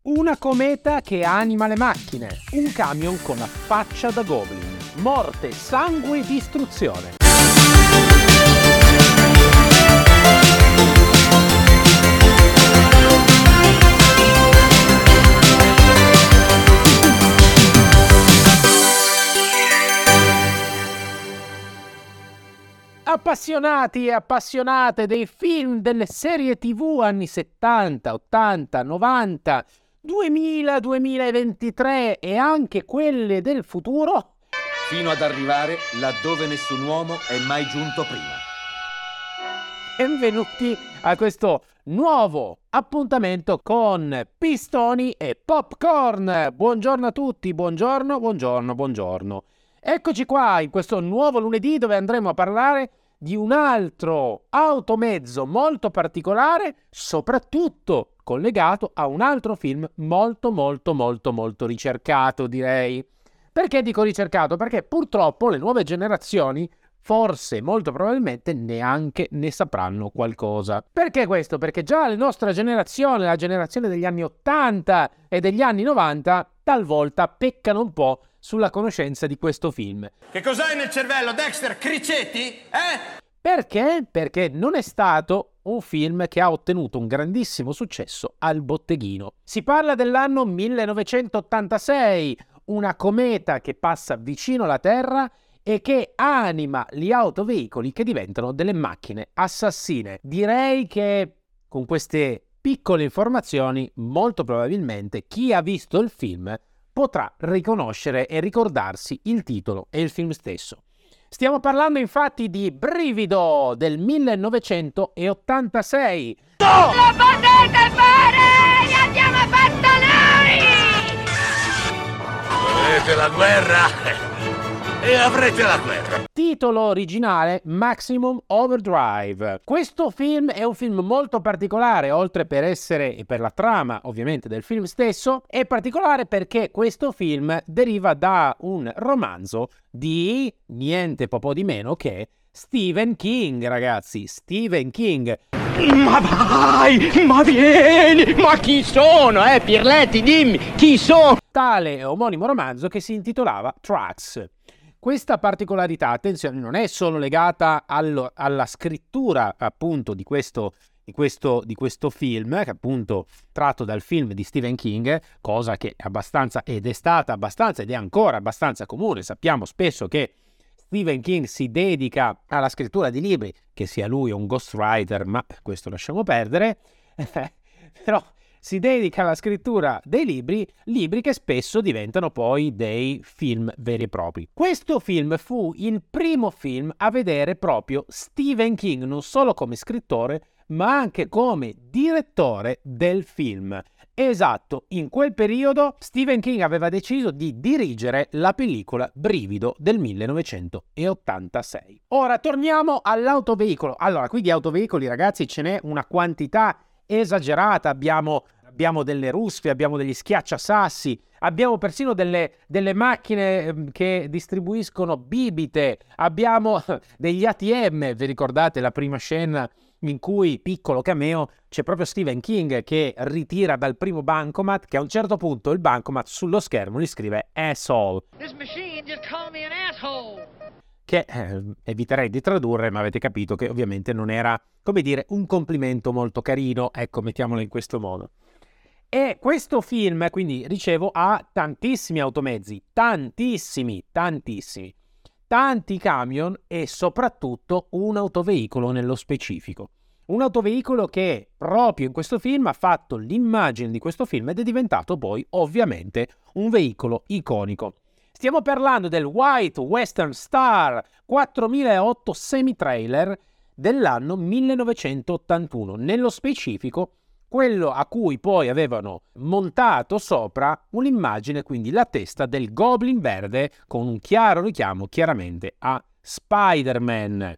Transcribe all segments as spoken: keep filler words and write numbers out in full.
Una cometa che anima le macchine, un camion con la faccia da Goblin, morte, sangue e distruzione. Appassionati e appassionate dei film, delle serie tv anni settanta, ottanta, novanta, duemila, duemilaventitré e anche quelle del futuro, fino ad arrivare laddove nessun uomo è mai giunto prima. Benvenuti a questo nuovo appuntamento con Pistoni e Popcorn. Buongiorno a tutti, buongiorno, buongiorno, buongiorno. Eccoci qua in questo nuovo lunedì dove andremo a parlare di un altro automezzo molto particolare, soprattutto collegato a un altro film molto molto molto molto ricercato, direi. Perché dico ricercato? Perché purtroppo le nuove generazioni forse, molto probabilmente, neanche ne sapranno qualcosa. Perché questo? Perché già la nostra generazione, la generazione degli anni ottanta e degli anni novanta, talvolta peccano un po' sulla conoscenza di questo film. Che cos'hai nel cervello, Dexter? Criceti? Eh? Perché? Perché non è stato un film che ha ottenuto un grandissimo successo al botteghino. Si parla dell'anno millenovecentottantasei, una cometa che passa vicino alla Terra e che anima gli autoveicoli che diventano delle macchine assassine. Direi che con queste piccole informazioni, molto probabilmente chi ha visto il film potrà riconoscere e ricordarsi il titolo e il film stesso. Stiamo parlando infatti di Brivido del millenovecentottantasei. No! Lo potete fare! L'abbiamo fatto noi! Volete la guerra? E avrete la guerra. Titolo originale Maximum Overdrive. Questo film è un film molto particolare, oltre per essere, e per la trama ovviamente del film stesso, è particolare perché questo film deriva da un romanzo di niente po' di meno che Stephen King, ragazzi, Stephen King. Ma vai, ma vieni, ma chi sono, eh, Pirletti, dimmi, chi sono? Tale omonimo romanzo che si intitolava Tracks. Questa particolarità, attenzione, non è solo legata allo, alla scrittura appunto di questo, di, questo, di questo film, che appunto tratto dal film di Stephen King, cosa che è abbastanza, ed è stata abbastanza, ed è ancora abbastanza comune. Sappiamo spesso che Stephen King si dedica alla scrittura di libri, che sia lui un ghostwriter, ma questo lasciamo perdere, però si dedica alla scrittura dei libri, libri che spesso diventano poi dei film veri e propri. Questo film fu il primo film a vedere proprio Stephen King, non solo come scrittore, ma anche come direttore del film. Esatto, in quel periodo Stephen King aveva deciso di dirigere la pellicola Brivido del millenovecentottantasei. Ora torniamo all'autoveicolo. Allora, qui di autoveicoli, ragazzi, ce n'è una quantità esagerata. Abbiamo, abbiamo delle ruspe, abbiamo degli schiacciasassi, abbiamo persino delle, delle macchine che distribuiscono bibite, abbiamo degli A T M. Vi ricordate la prima scena in cui, piccolo cameo, c'è proprio Stephen King che ritira dal primo bancomat, che a un certo punto il bancomat sullo schermo gli scrive asshole. This machine just called me an asshole. Che eh, eviterei di tradurre, ma avete capito che ovviamente non era, come dire, un complimento molto carino, ecco, mettiamolo in questo modo. E questo film, quindi, dicevo, ha tantissimi automezzi, tantissimi, tantissimi, tanti camion e soprattutto un autoveicolo nello specifico. Un autoveicolo che proprio in questo film ha fatto l'immagine di questo film ed è diventato poi, ovviamente, un veicolo iconico. Stiamo parlando del White Western Star quattromilaotto semi-trailer dell'anno millenovecentottantuno, nello specifico quello a cui poi avevano montato sopra un'immagine, quindi la testa del Goblin verde, con un chiaro richiamo chiaramente a Spider-Man.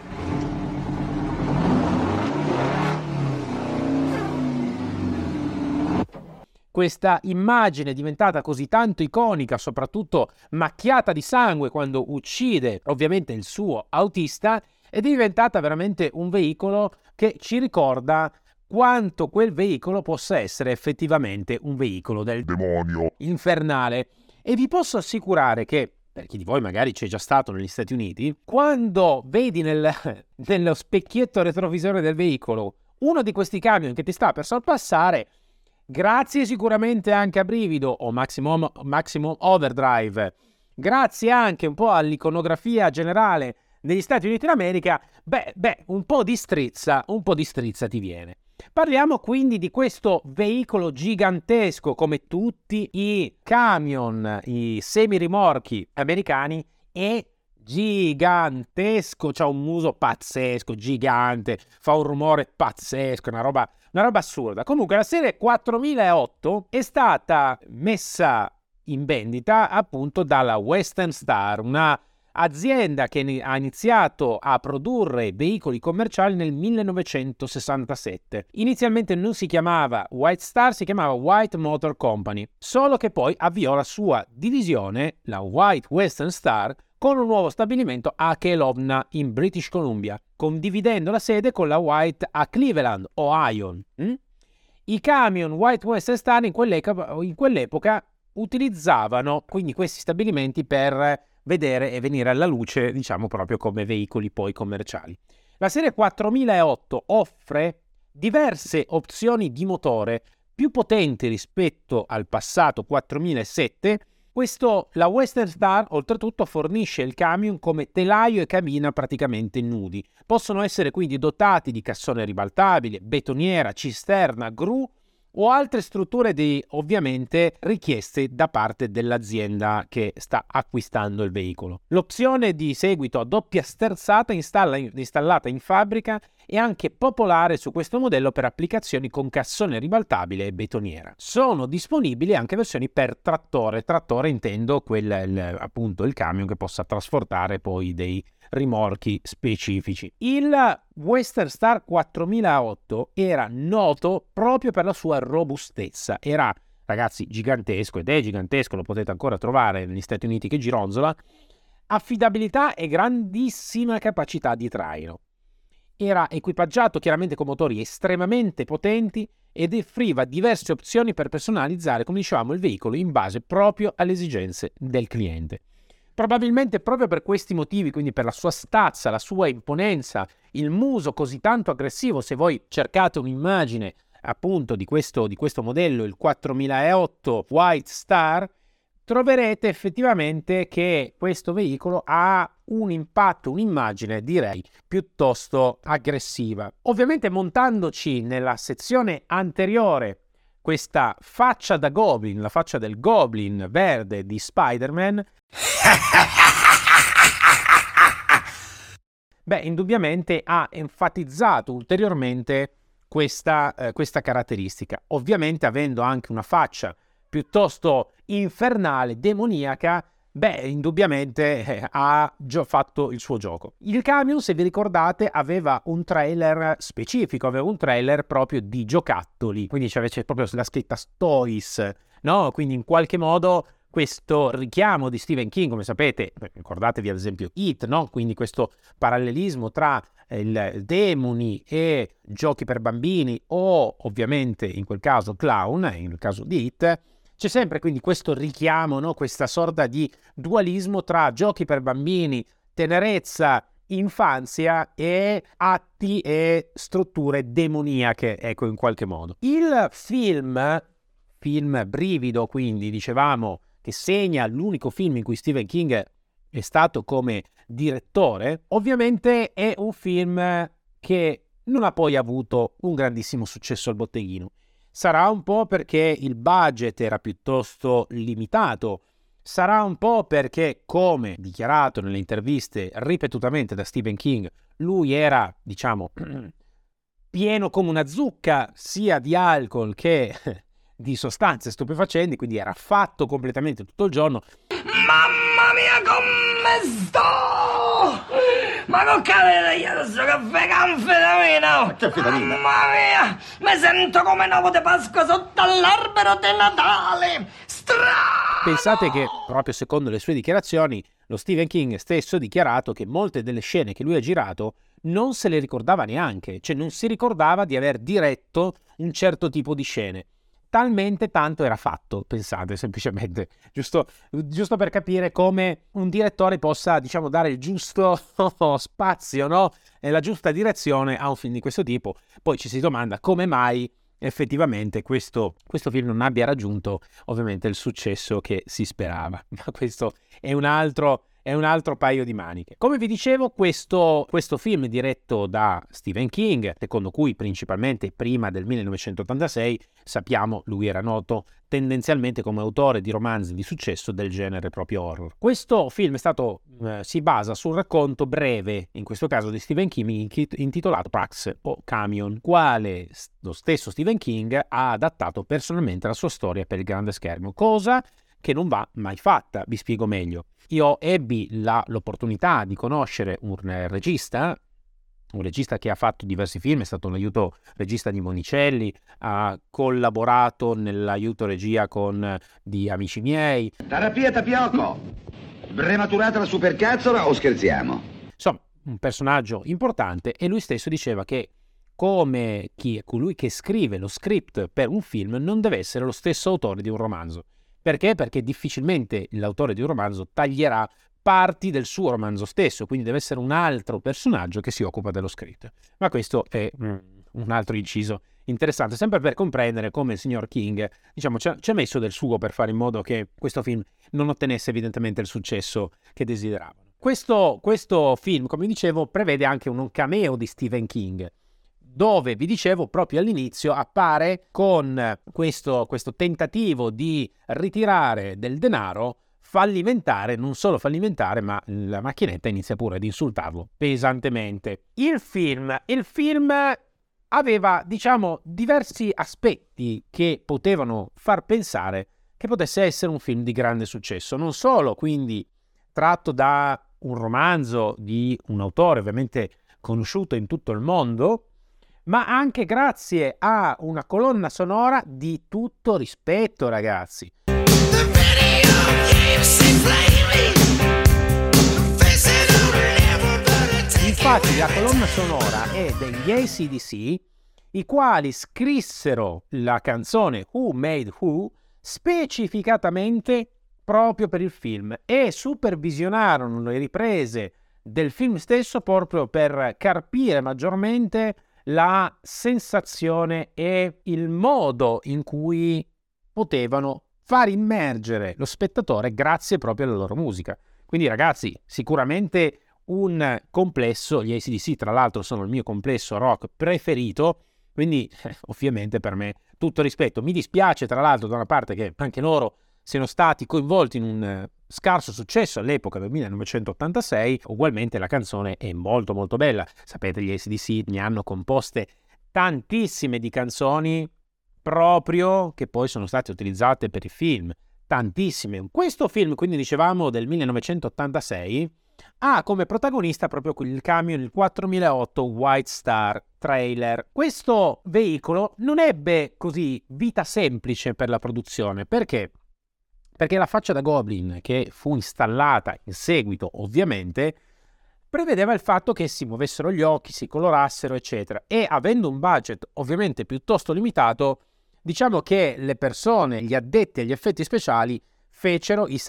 Questa immagine è diventata così tanto iconica, soprattutto macchiata di sangue quando uccide ovviamente il suo autista, è diventata veramente un veicolo che ci ricorda quanto quel veicolo possa essere effettivamente un veicolo del demonio infernale. E vi posso assicurare che, per chi di voi magari c'è già stato negli Stati Uniti, quando vedi nel, nello specchietto retrovisore del veicolo uno di questi camion che ti sta per sorpassare, grazie sicuramente anche a Brivido o Maximum, Maximum Overdrive, grazie anche un po' all'iconografia generale negli Stati Uniti d'America, beh, beh, un po' di strizza, un po' di strizza ti viene. Parliamo quindi di questo veicolo gigantesco, come tutti i camion, i semirimorchi americani, è gigantesco, c'ha un muso pazzesco, gigante, fa un rumore pazzesco, una roba, una roba assurda. Comunque la serie quattromilaotto è stata messa in vendita appunto dalla Western Star, una azienda che ha iniziato a produrre veicoli commerciali nel millenovecentosessantasette. Inizialmente non si chiamava White Star, si chiamava White Motor Company, solo che poi avviò la sua divisione, la White Western Star, con un nuovo stabilimento a Kelowna in British Columbia, condividendo la sede con la White a Cleveland, Ohio. Mm? I camion White Western Star in quell'epoca, in quell'epoca utilizzavano quindi questi stabilimenti per vedere e venire alla luce, diciamo, proprio come veicoli poi commerciali. La serie quattromilaotto offre diverse opzioni di motore più potenti rispetto al passato quattromilasette. Questo, la Western Star oltretutto fornisce il camion come telaio e cabina praticamente nudi. Possono essere quindi dotati di cassone ribaltabile, betoniera, cisterna, gru o altre strutture di, ovviamente, richieste da parte dell'azienda che sta acquistando il veicolo. L'opzione di seguito a doppia sterzata installa, installata in fabbrica è anche popolare su questo modello per applicazioni con cassone ribaltabile e betoniera. Sono disponibili anche versioni per trattore, trattore intendo quel, il, appunto il camion che possa trasportare poi dei rimorchi specifici. Il Western Star quattromilaotto era noto proprio per la sua robustezza, era, ragazzi, gigantesco ed è gigantesco, lo potete ancora trovare negli Stati Uniti che gironzola, affidabilità e grandissima capacità di traino. Era equipaggiato chiaramente con motori estremamente potenti ed offriva diverse opzioni per personalizzare, come dicevamo, il veicolo in base proprio alle esigenze del cliente. Probabilmente proprio per questi motivi, quindi per la sua stazza, la sua imponenza, il muso così tanto aggressivo, se voi cercate un'immagine appunto di questo, di questo modello, il quattromilaotto White Star, troverete effettivamente che questo veicolo ha un impatto, un'immagine direi piuttosto aggressiva. Ovviamente montandoci nella sezione anteriore questa faccia da Goblin, la faccia del Goblin verde di Spider-Man, beh, indubbiamente ha enfatizzato ulteriormente questa, eh, questa caratteristica. Ovviamente avendo anche una faccia piuttosto infernale, demoniaca, beh, indubbiamente eh, ha già fatto il suo gioco. Il camion, se vi ricordate, aveva un trailer specifico, aveva un trailer proprio di giocattoli, quindi c'è proprio la scritta Toys, no? Quindi in qualche modo questo richiamo di Stephen King, come sapete, ricordatevi ad esempio It, no? Quindi questo parallelismo tra il demoni e giochi per bambini o ovviamente in quel caso clown, nel caso di It, c'è sempre quindi questo richiamo, no? Questa sorta di dualismo tra giochi per bambini, tenerezza, infanzia e atti e strutture demoniache, ecco, in qualche modo. Il film, film brivido, quindi dicevamo, che segna l'unico film in cui Stephen King è stato come direttore, ovviamente è un film che non ha poi avuto un grandissimo successo al botteghino. Sarà un po' perché il budget era piuttosto limitato, sarà un po' perché, come dichiarato nelle interviste ripetutamente da Stephen King, lui era, diciamo, pieno come una zucca sia di alcol che di sostanze stupefacenti, quindi era fatto completamente tutto il giorno. Mamma mia, come sto! Ma non capite io adesso caffè che anfetamina! Che anfetamina? Mamma mia! Mi sento come un uovo di Pasqua sotto all'albero di Natale! Strano! Pensate che, proprio secondo le sue dichiarazioni, lo Stephen King stesso ha dichiarato che molte delle scene che lui ha girato non se le ricordava neanche, cioè non si ricordava di aver diretto un certo tipo di scene. Talmente tanto era fatto, pensate, semplicemente, giusto, giusto per capire come un direttore possa, diciamo, dare il giusto spazio, no? E la giusta direzione a un film di questo tipo. Poi ci si domanda come mai effettivamente questo, questo film non abbia raggiunto ovviamente il successo che si sperava, ma questo è un altro... è un altro paio di maniche. Come vi dicevo, questo, questo film diretto da Stephen King, secondo cui principalmente prima del millenovecentottantasei, sappiamo, lui era noto tendenzialmente come autore di romanzi di successo del genere proprio horror. Questo film è stato, eh, si basa sul racconto breve, in questo caso di Stephen King, intitolato Tracks o Camion, quale lo stesso Stephen King ha adattato personalmente la sua storia per il grande schermo, cosa che non va mai fatta. Vi spiego meglio. Io ebbi la, l'opportunità di conoscere un regista, un regista che ha fatto diversi film, è stato un aiuto regista di Monicelli, ha collaborato nell'aiuto regia con di Amici miei. Terapia Tapioco! Prematurata la supercazzola o scherziamo? Insomma, un personaggio importante, e lui stesso diceva che come chi, colui che scrive lo script per un film non deve essere lo stesso autore di un romanzo. Perché? Perché difficilmente l'autore di un romanzo taglierà parti del suo romanzo stesso, quindi deve essere un altro personaggio che si occupa dello script. Ma questo è mm, un altro inciso interessante, sempre per comprendere come il signor King, diciamo, ci ha, ci ha messo del suo per fare in modo che questo film non ottenesse evidentemente il successo che desideravano. Questo, questo film, come dicevo, prevede anche un cameo di Stephen King, dove, vi dicevo, proprio all'inizio appare con questo, questo tentativo di ritirare del denaro fallimentare, non solo fallimentare, ma la macchinetta inizia pure ad insultarlo pesantemente. Il film, il film aveva, diciamo, diversi aspetti che potevano far pensare che potesse essere un film di grande successo, non solo quindi tratto da un romanzo di un autore ovviamente conosciuto in tutto il mondo, ma anche grazie a una colonna sonora di tutto rispetto, ragazzi. Infatti la colonna sonora è degli A C D C, i quali scrissero la canzone Who Made Who specificatamente proprio per il film e supervisionarono le riprese del film stesso proprio per carpire maggiormente la sensazione e il modo in cui potevano far immergere lo spettatore grazie proprio alla loro musica. Quindi ragazzi, sicuramente un complesso, gli A C D C tra l'altro sono il mio complesso rock preferito, quindi eh, ovviamente per me tutto rispetto. Mi dispiace tra l'altro da una parte che anche loro siano stati coinvolti in un eh, scarso successo all'epoca del millenovecentottantasei. Ugualmente la canzone è molto molto bella, sapete, gli A C D C ne hanno composte tantissime di canzoni proprio che poi sono state utilizzate per i film, tantissime. Questo film, quindi dicevamo del millenovecentottantasei, ha come protagonista proprio il camion, il quattromilaotto White Star Trailer. Questo veicolo non ebbe così vita semplice per la produzione. Perché? Perché la faccia da Goblin, che fu installata in seguito ovviamente, prevedeva il fatto che si muovessero gli occhi, si colorassero eccetera, e avendo un budget ovviamente piuttosto limitato, diciamo che le persone, gli addetti agli effetti speciali fecero i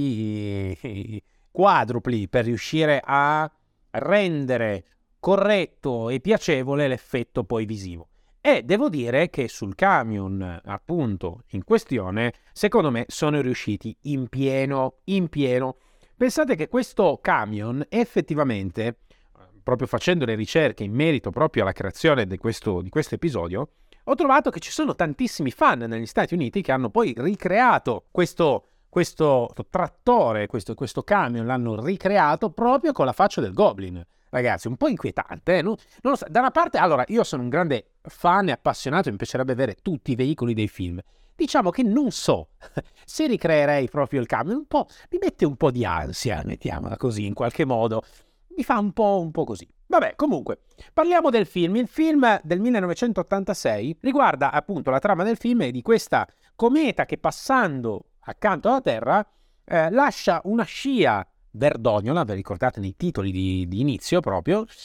salti quadrupli per riuscire a rendere corretto e piacevole l'effetto poi visivo. E devo dire che sul camion appunto in questione, secondo me sono riusciti in pieno, in pieno. Pensate che questo camion effettivamente, proprio facendo le ricerche in merito proprio alla creazione di questo, di questo episodio, ho trovato che ci sono tantissimi fan negli Stati Uniti che hanno poi ricreato questo, questo trattore, questo, questo camion, l'hanno ricreato proprio con la faccia del Goblin. Ragazzi, un po' inquietante, eh? non, non lo so. Da una parte, allora, io sono un grande fan e appassionato, mi piacerebbe avere tutti i veicoli dei film. Diciamo che non so se ricreerei proprio il camion, un po', mi mette un po' di ansia, mettiamola così, in qualche modo. Mi fa un po', un po' così. Vabbè, comunque, parliamo del film. Il film del millenovecentottantasei riguarda appunto la trama del film e di questa cometa che passando accanto alla Terra eh, lascia una scia verdognola, vi ricordate nei titoli di, di inizio proprio,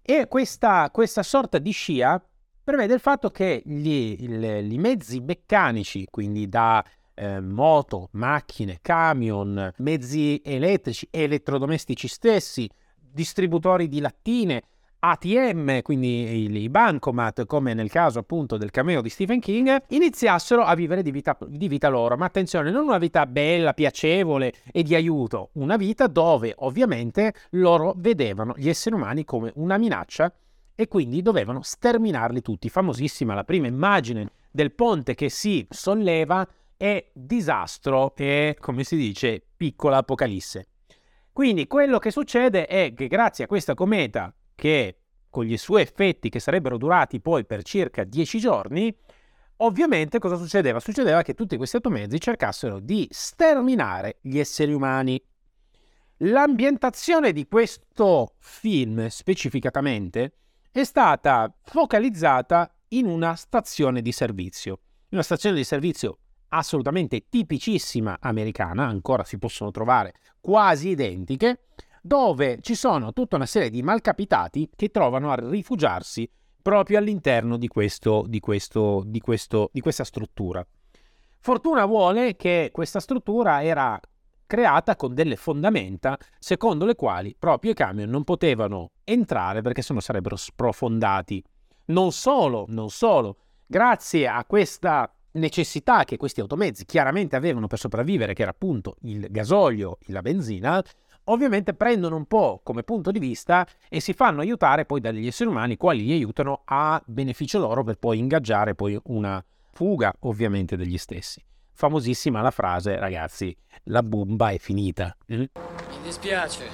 E questa, questa sorta di scia prevede il fatto che gli, il, i mezzi meccanici, quindi da eh, moto, macchine, camion, mezzi elettrici, elettrodomestici stessi, distributori di lattine, A T M, quindi i, i bancomat, come nel caso appunto del cameo di Stephen King, iniziassero a vivere di vita, di vita loro. Ma attenzione, non una vita bella, piacevole e di aiuto, una vita dove ovviamente loro vedevano gli esseri umani come una minaccia e quindi dovevano sterminarli tutti. Famosissima la prima immagine del ponte che si solleva è disastro e, come si dice, piccola apocalisse. Quindi quello che succede è che grazie a questa cometa, che con gli suoi effetti che sarebbero durati poi per circa dieci giorni, ovviamente cosa succedeva? Succedeva che tutti questi automezzi cercassero di sterminare gli esseri umani. L'ambientazione di questo film specificatamente è stata focalizzata in una stazione di servizio. Una stazione di servizio assolutamente tipicissima americana, ancora si possono trovare quasi identiche, dove ci sono tutta una serie di malcapitati che trovano a rifugiarsi proprio all'interno di, questo, di, questo, di, questo, di questa struttura. Fortuna vuole che questa struttura era creata con delle fondamenta secondo le quali proprio i camion non potevano entrare perché sennò sarebbero sprofondati. Non solo, non solo, grazie a questa necessità che questi automezzi chiaramente avevano per sopravvivere, che era appunto il gasolio e la benzina, ovviamente prendono un po' come punto di vista e si fanno aiutare poi dagli esseri umani, quali li aiutano a beneficio loro per poi ingaggiare poi una fuga ovviamente degli stessi. Famosissima la frase, ragazzi, la bomba è finita. Mm? Mi dispiace.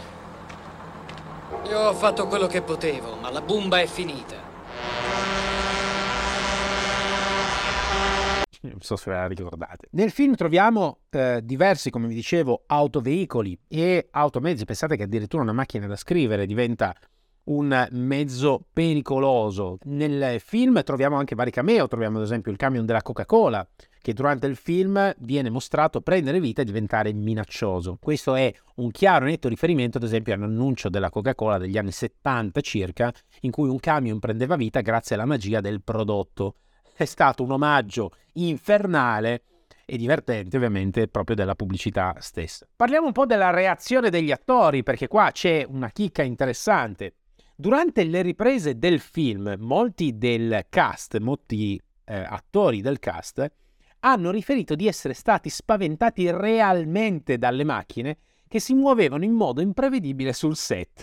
Io ho fatto quello che potevo, ma la bomba è finita. Non so se ve la ricordate. Nel film troviamo eh, diversi, come vi dicevo, autoveicoli e automezzi. Pensate che addirittura una macchina da scrivere diventa un mezzo pericoloso. Nel film troviamo anche vari cameo. Troviamo ad esempio il camion della Coca-Cola, che durante il film viene mostrato prendere vita e diventare minaccioso. Questo è un chiaro e netto riferimento ad esempio all'annuncio della Coca-Cola degli anni settanta circa, in cui un camion prendeva vita grazie alla magia del prodotto. È stato un omaggio infernale e divertente ovviamente proprio della pubblicità stessa. Parliamo un po' della reazione degli attori, perché qua c'è una chicca interessante. Durante le riprese del film, molti del cast, molti eh, attori del cast hanno riferito di essere stati spaventati realmente dalle macchine che si muovevano in modo imprevedibile sul set.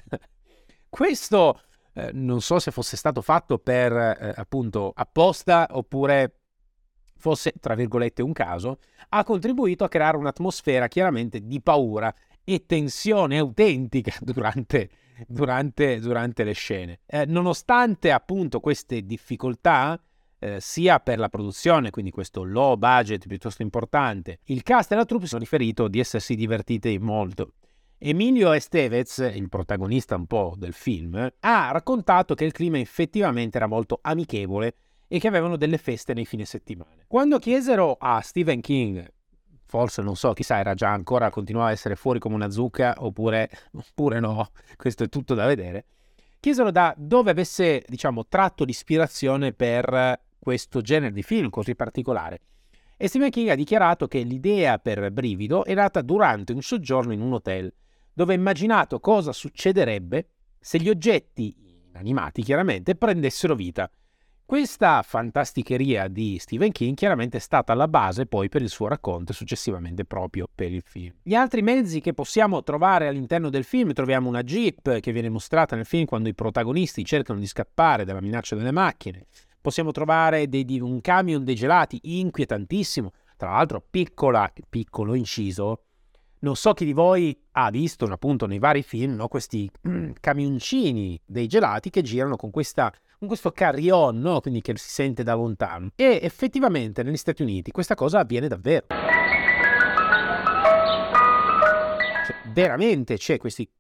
Questo eh, non so se fosse stato fatto per eh, appunto apposta oppure fosse, tra virgolette, un caso, ha contribuito a creare un'atmosfera chiaramente di paura e tensione autentica durante, durante, durante le scene. Eh, nonostante appunto queste difficoltà, eh, sia per la produzione, quindi questo low budget piuttosto importante, il cast e la troupe sono riferito di essersi divertiti molto. Emilio Estevez, il protagonista un po' del film, ha raccontato che il clima effettivamente era molto amichevole e che avevano delle feste nei fine settimana. Quando chiesero a Stephen King, forse non so, chissà, era già ancora, continuava a essere fuori come una zucca oppure, oppure no, questo è tutto da vedere, chiesero da dove avesse, diciamo, tratto l'ispirazione per questo genere di film così particolare. E Stephen King ha dichiarato che l'idea per Brivido è nata durante un soggiorno in un hotel, dove ha immaginato cosa succederebbe se gli oggetti inanimati chiaramente prendessero vita. Questa fantasticheria di Stephen King chiaramente è stata la base poi per il suo racconto e successivamente proprio per il film. Gli altri mezzi che possiamo trovare all'interno del film, troviamo una Jeep che viene mostrata nel film quando i protagonisti cercano di scappare dalla minaccia delle macchine. Possiamo trovare dei, di un camion dei gelati inquietantissimo, tra l'altro piccola, piccolo inciso. Non so chi di voi ha visto appunto nei vari film, no, questi mm, camioncini dei gelati che girano con, questa, con questo carillon, no, quindi che si sente da lontano. E effettivamente negli Stati Uniti questa cosa avviene davvero. Cioè, veramente c'è questi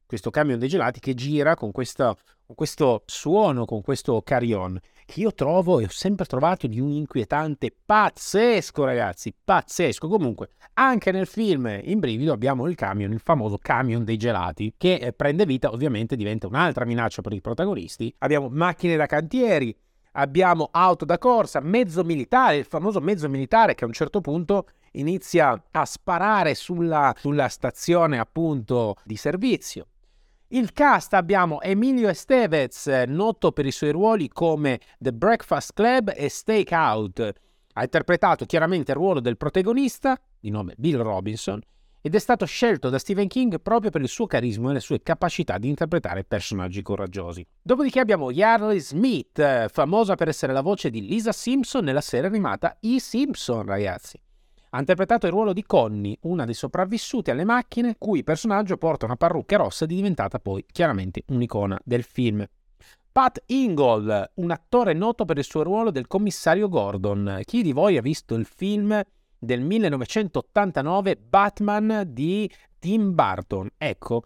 questo camion dei gelati che gira con, questa, con questo suono, con questo carillon, che io trovo e ho sempre trovato di un inquietante pazzesco, ragazzi, pazzesco. Comunque, anche nel film In Brivido abbiamo il camion, il famoso camion dei gelati, che eh, prende vita, ovviamente diventa un'altra minaccia per i protagonisti. Abbiamo macchine da cantieri, abbiamo auto da corsa, mezzo militare, il famoso mezzo militare che a un certo punto inizia a sparare sulla, sulla stazione appunto di servizio. Il cast abbiamo Emilio Estevez, noto per i suoi ruoli come The Breakfast Club e Stakeout. Ha interpretato chiaramente il ruolo del protagonista, di nome Bill Robinson, ed è stato scelto da Stephen King proprio per il suo carisma e le sue capacità di interpretare personaggi coraggiosi. Dopodiché abbiamo Yardley Smith, famosa per essere la voce di Lisa Simpson nella serie animata I Simpson, ragazzi. Ha interpretato il ruolo di Connie, una dei sopravvissuti alle macchine, cui personaggio porta una parrucca rossa ed è diventata poi chiaramente un'icona del film. Pat Ingold, un attore noto per il suo ruolo del commissario Gordon. Chi di voi ha visto il film del millenovecentottantanove Batman di Tim Burton? Ecco.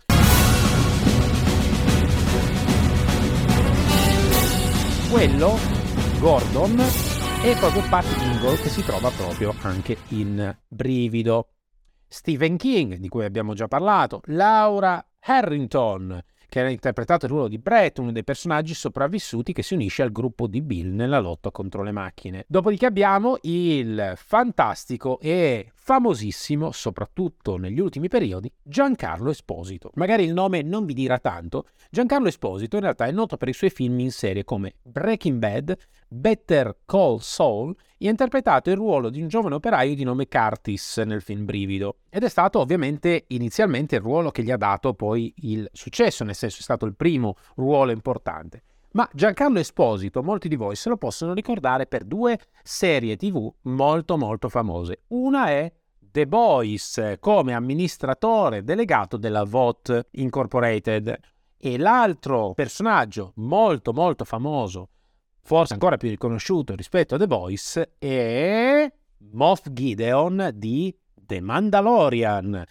Quello, Gordon, è proprio Pat Ingold, che si trova proprio anche in Brivido. Stephen King, di cui abbiamo già parlato. Laura Harrington, che ha interpretato il ruolo di Brett, uno dei personaggi sopravvissuti che si unisce al gruppo di Bill nella lotta contro le macchine. Dopodiché abbiamo il fantastico e famosissimo, soprattutto negli ultimi periodi, Giancarlo Esposito. Magari il nome non vi dirà tanto. Giancarlo Esposito in realtà è noto per i suoi film in serie come Breaking Bad, Better Call Saul, e ha interpretato il ruolo di un giovane operaio di nome Curtis nel film Brivido, ed è stato ovviamente inizialmente il ruolo che gli ha dato poi il successo, nel senso è stato il primo ruolo importante. Ma Giancarlo Esposito, molti di voi se lo possono ricordare per due serie tv molto molto famose. Una è The Boys, come amministratore delegato della V O T Incorporated, e l'altro personaggio molto molto famoso, forse ancora più riconosciuto rispetto a The Boys, è Moff Gideon di The Mandalorian.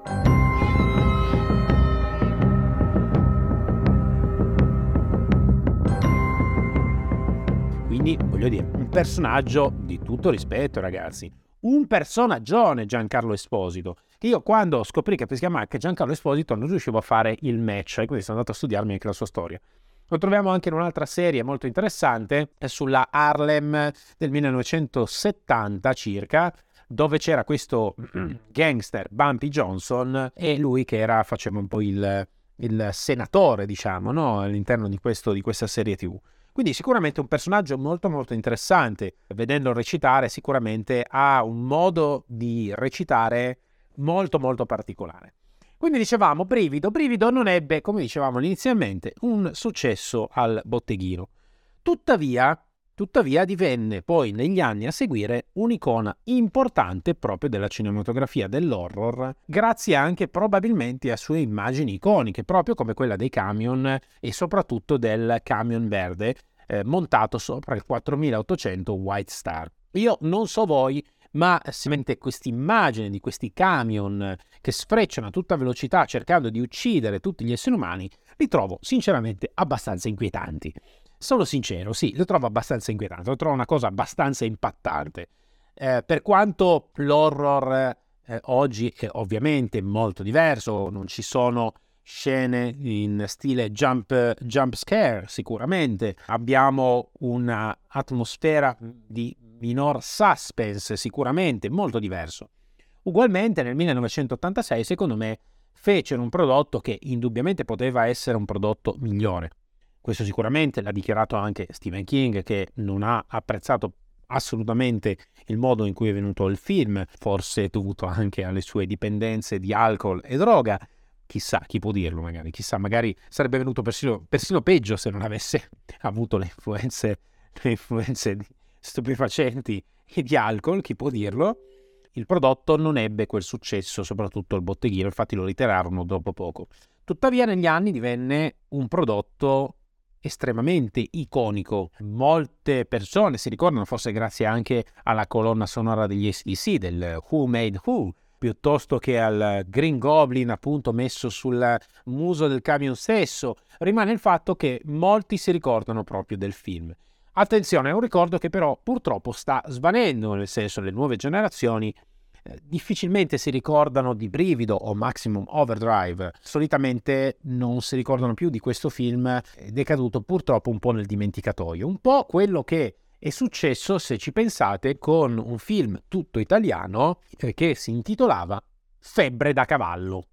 Quindi, voglio dire, un personaggio di tutto rispetto, ragazzi. Un personaggione Giancarlo Esposito, che io quando scoprì che si chiama anche Giancarlo Esposito non riuscivo a fare il match, e quindi sono andato a studiarmi anche la sua storia. Lo troviamo anche in un'altra serie molto interessante, sulla Harlem del millenovecentosettanta circa, dove c'era questo gangster Bumpy Johnson e lui che era, faceva un po' il, il senatore, diciamo, no? All'interno di, questo, di questa serie tv. Quindi sicuramente un personaggio molto molto interessante. Vedendolo recitare sicuramente ha un modo di recitare molto molto particolare. Quindi dicevamo, Brivido, Brivido non ebbe, come dicevamo inizialmente, un successo al botteghino. Tuttavia, tuttavia divenne poi negli anni a seguire un'icona importante proprio della cinematografia dell'horror, grazie anche probabilmente a sue immagini iconiche, proprio come quella dei camion e soprattutto del camion verde eh, montato sopra il quattromilaottocento White Star. Io non so voi, ma se vedete questa immagine di questi camion che sfrecciano a tutta velocità cercando di uccidere tutti gli esseri umani, li trovo sinceramente abbastanza inquietanti. Sono sincero, sì, lo trovo abbastanza inquietante, lo trovo una cosa abbastanza impattante. Eh, per quanto l'horror eh, oggi è ovviamente molto diverso, non ci sono scene in stile jump, jump scare sicuramente, abbiamo un'atmosfera di minor suspense sicuramente, molto diverso. Ugualmente nel millenovecentottantasei secondo me fecero un prodotto che indubbiamente poteva essere un prodotto migliore. Questo sicuramente l'ha dichiarato anche Stephen King, che non ha apprezzato assolutamente il modo in cui è venuto il film, forse dovuto anche alle sue dipendenze di alcol e droga. Chissà, chi può dirlo magari, chissà, magari sarebbe venuto persino, persino peggio se non avesse avuto le influenze, le influenze di stupefacenti e di alcol, chi può dirlo. Il prodotto non ebbe quel successo, soprattutto al botteghino, infatti lo ritirarono dopo poco. Tuttavia negli anni divenne un prodotto estremamente iconico. Molte persone si ricordano, forse grazie anche alla colonna sonora degli A C D C, del Who Made Who, piuttosto che al Green Goblin appunto messo sul muso del camion stesso, rimane il fatto che molti si ricordano proprio del film. Attenzione, è un ricordo che però purtroppo sta svanendo, nel senso le nuove generazioni eh, difficilmente si ricordano di Brivido o Maximum Overdrive, solitamente non si ricordano più di questo film ed è caduto purtroppo un po' nel dimenticatoio, un po' quello che è successo, se ci pensate, con un film tutto italiano eh, che si intitolava Febbre da cavallo.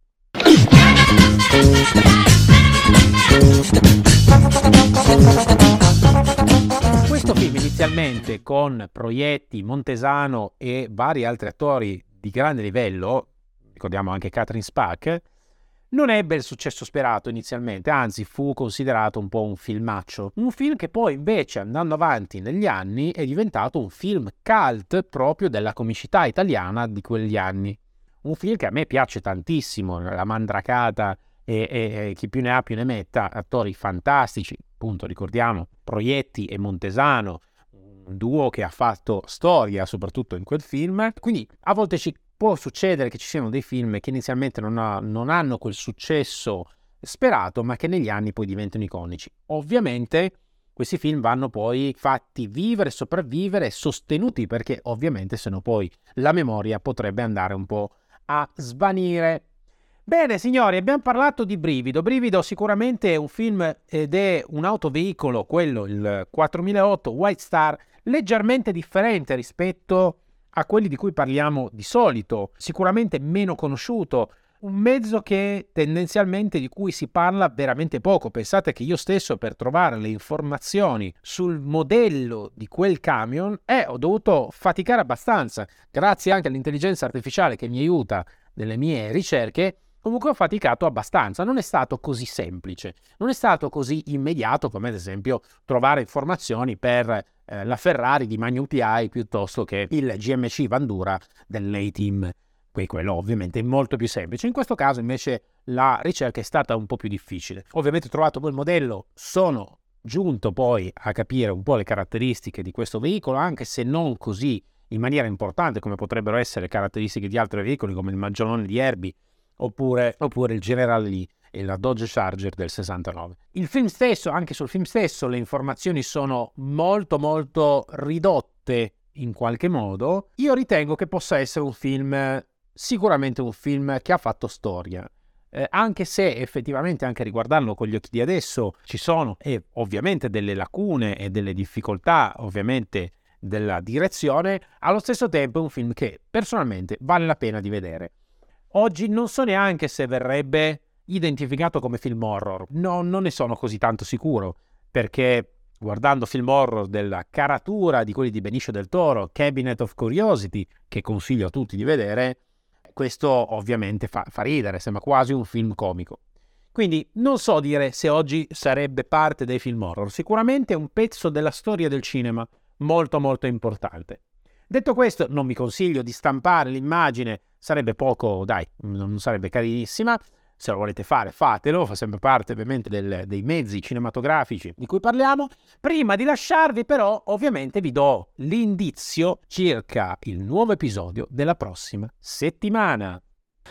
Questo film inizialmente con Proietti, Montesano e vari altri attori di grande livello, ricordiamo anche Catherine Spaak, non ebbe il successo sperato inizialmente, anzi fu considerato un po' un filmaccio. Un film che poi invece, andando avanti negli anni, è diventato un film cult proprio della comicità italiana di quegli anni. Un film che a me piace tantissimo, La Mandracata e, e, e chi più ne ha più ne metta, attori fantastici, appunto ricordiamo Proietti e Montesano, un duo che ha fatto storia soprattutto in quel film, quindi a volte ci può succedere che ci siano dei film che inizialmente non, ha, non hanno quel successo sperato, ma che negli anni poi diventano iconici. Ovviamente questi film vanno poi fatti vivere, sopravvivere, sostenuti, perché ovviamente se no poi la memoria potrebbe andare un po' a svanire. Bene signori, abbiamo parlato di Brivido. Brivido sicuramente è un film ed è un autoveicolo, quello, il quattromilaotto White Star, leggermente differente rispetto a quelli di cui parliamo di solito, sicuramente meno conosciuto, un mezzo che tendenzialmente di cui si parla veramente poco. Pensate che io stesso per trovare le informazioni sul modello di quel camion eh, ho dovuto faticare abbastanza, grazie anche all'intelligenza artificiale che mi aiuta nelle mie ricerche. Comunque ho faticato abbastanza, non è stato così semplice, non è stato così immediato come ad esempio trovare informazioni per eh, la Ferrari di Magnum P I piuttosto che il G M C Vandura dell'A-Team, poi quello ovviamente è molto più semplice. In questo caso invece la ricerca è stata un po' più difficile. Ovviamente ho trovato quel modello, sono giunto poi a capire un po' le caratteristiche di questo veicolo, anche se non così in maniera importante come potrebbero essere caratteristiche di altri veicoli come il Maggiolone di Herbie, Oppure, oppure il General Lee e la Dodge Charger del sessantanove. Il film stesso, anche sul film stesso, le informazioni sono molto molto ridotte in qualche modo. Io ritengo che possa essere un film, sicuramente un film che ha fatto storia. Eh, anche se effettivamente, anche riguardarlo con gli occhi di adesso, ci sono e ovviamente delle lacune e delle difficoltà, ovviamente, della direzione, allo stesso tempo è un film che personalmente vale la pena di vedere. Oggi non so neanche se verrebbe identificato come film horror, no, non ne sono così tanto sicuro, perché guardando film horror della caratura di quelli di Benicio del Toro, Cabinet of Curiosity, che consiglio a tutti di vedere, questo ovviamente fa, fa ridere, sembra quasi un film comico. Quindi non so dire se oggi sarebbe parte dei film horror, sicuramente è un pezzo della storia del cinema molto molto importante. Detto questo, non vi consiglio di stampare l'immagine, sarebbe poco, dai, non sarebbe carinissima. Se lo volete fare, fatelo, fa sempre parte ovviamente del, dei mezzi cinematografici di cui parliamo. Prima di lasciarvi però, ovviamente vi do l'indizio circa il nuovo episodio della prossima settimana.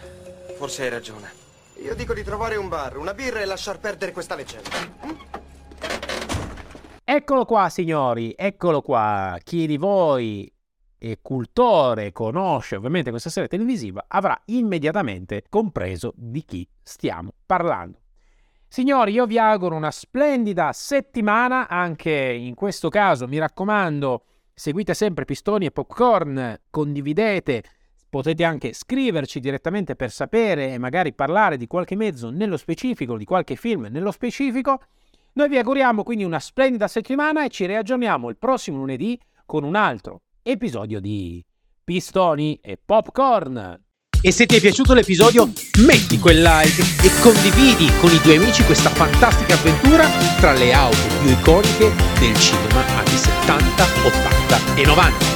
Forse hai ragione. Io dico di trovare un bar, una birra e lasciar perdere questa leggenda. Eccolo qua, signori, eccolo qua. Chi di voi e cultore conosce ovviamente questa serie televisiva avrà immediatamente compreso di chi stiamo parlando. Signori, io vi auguro una splendida settimana, anche in questo caso mi raccomando, seguite sempre Pistoni e Popcorn, condividete, potete anche scriverci direttamente per sapere e magari parlare di qualche mezzo nello specifico, di qualche film nello specifico. Noi vi auguriamo quindi una splendida settimana e ci riaggiorniamo il prossimo lunedì con un altro episodio di Pistoni e Popcorn. E se ti è piaciuto l'episodio, metti quel like e condividi con i tuoi amici questa fantastica avventura tra le auto più iconiche del cinema anni settanta, ottanta e novanta.